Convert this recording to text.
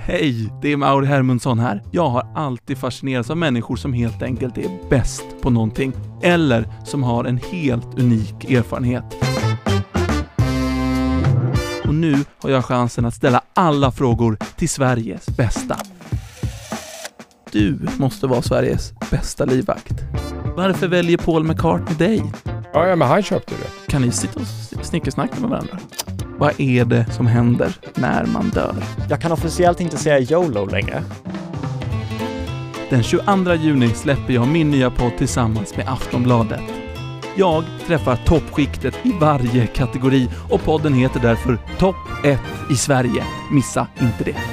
Hej, det är Mauri Hermundsson här. Jag har alltid fascinerats av människor som helt enkelt är bäst på någonting eller som har en helt unik erfarenhet. Och nu har jag chansen att ställa alla frågor till Sveriges bästa. Du måste vara Sveriges bästa livvakt. Varför väljer Paul McCartney dig? Ja, men han köpte det. Kan ni sitta och snickersnacka med varandra? Vad är det som händer när man dör? Jag kan officiellt inte säga YOLO längre. Den 22 juni släpper jag min nya podd tillsammans med Aftonbladet. Jag träffar toppskiktet i varje kategori och podden heter därför Topp 1 i Sverige. Missa inte det.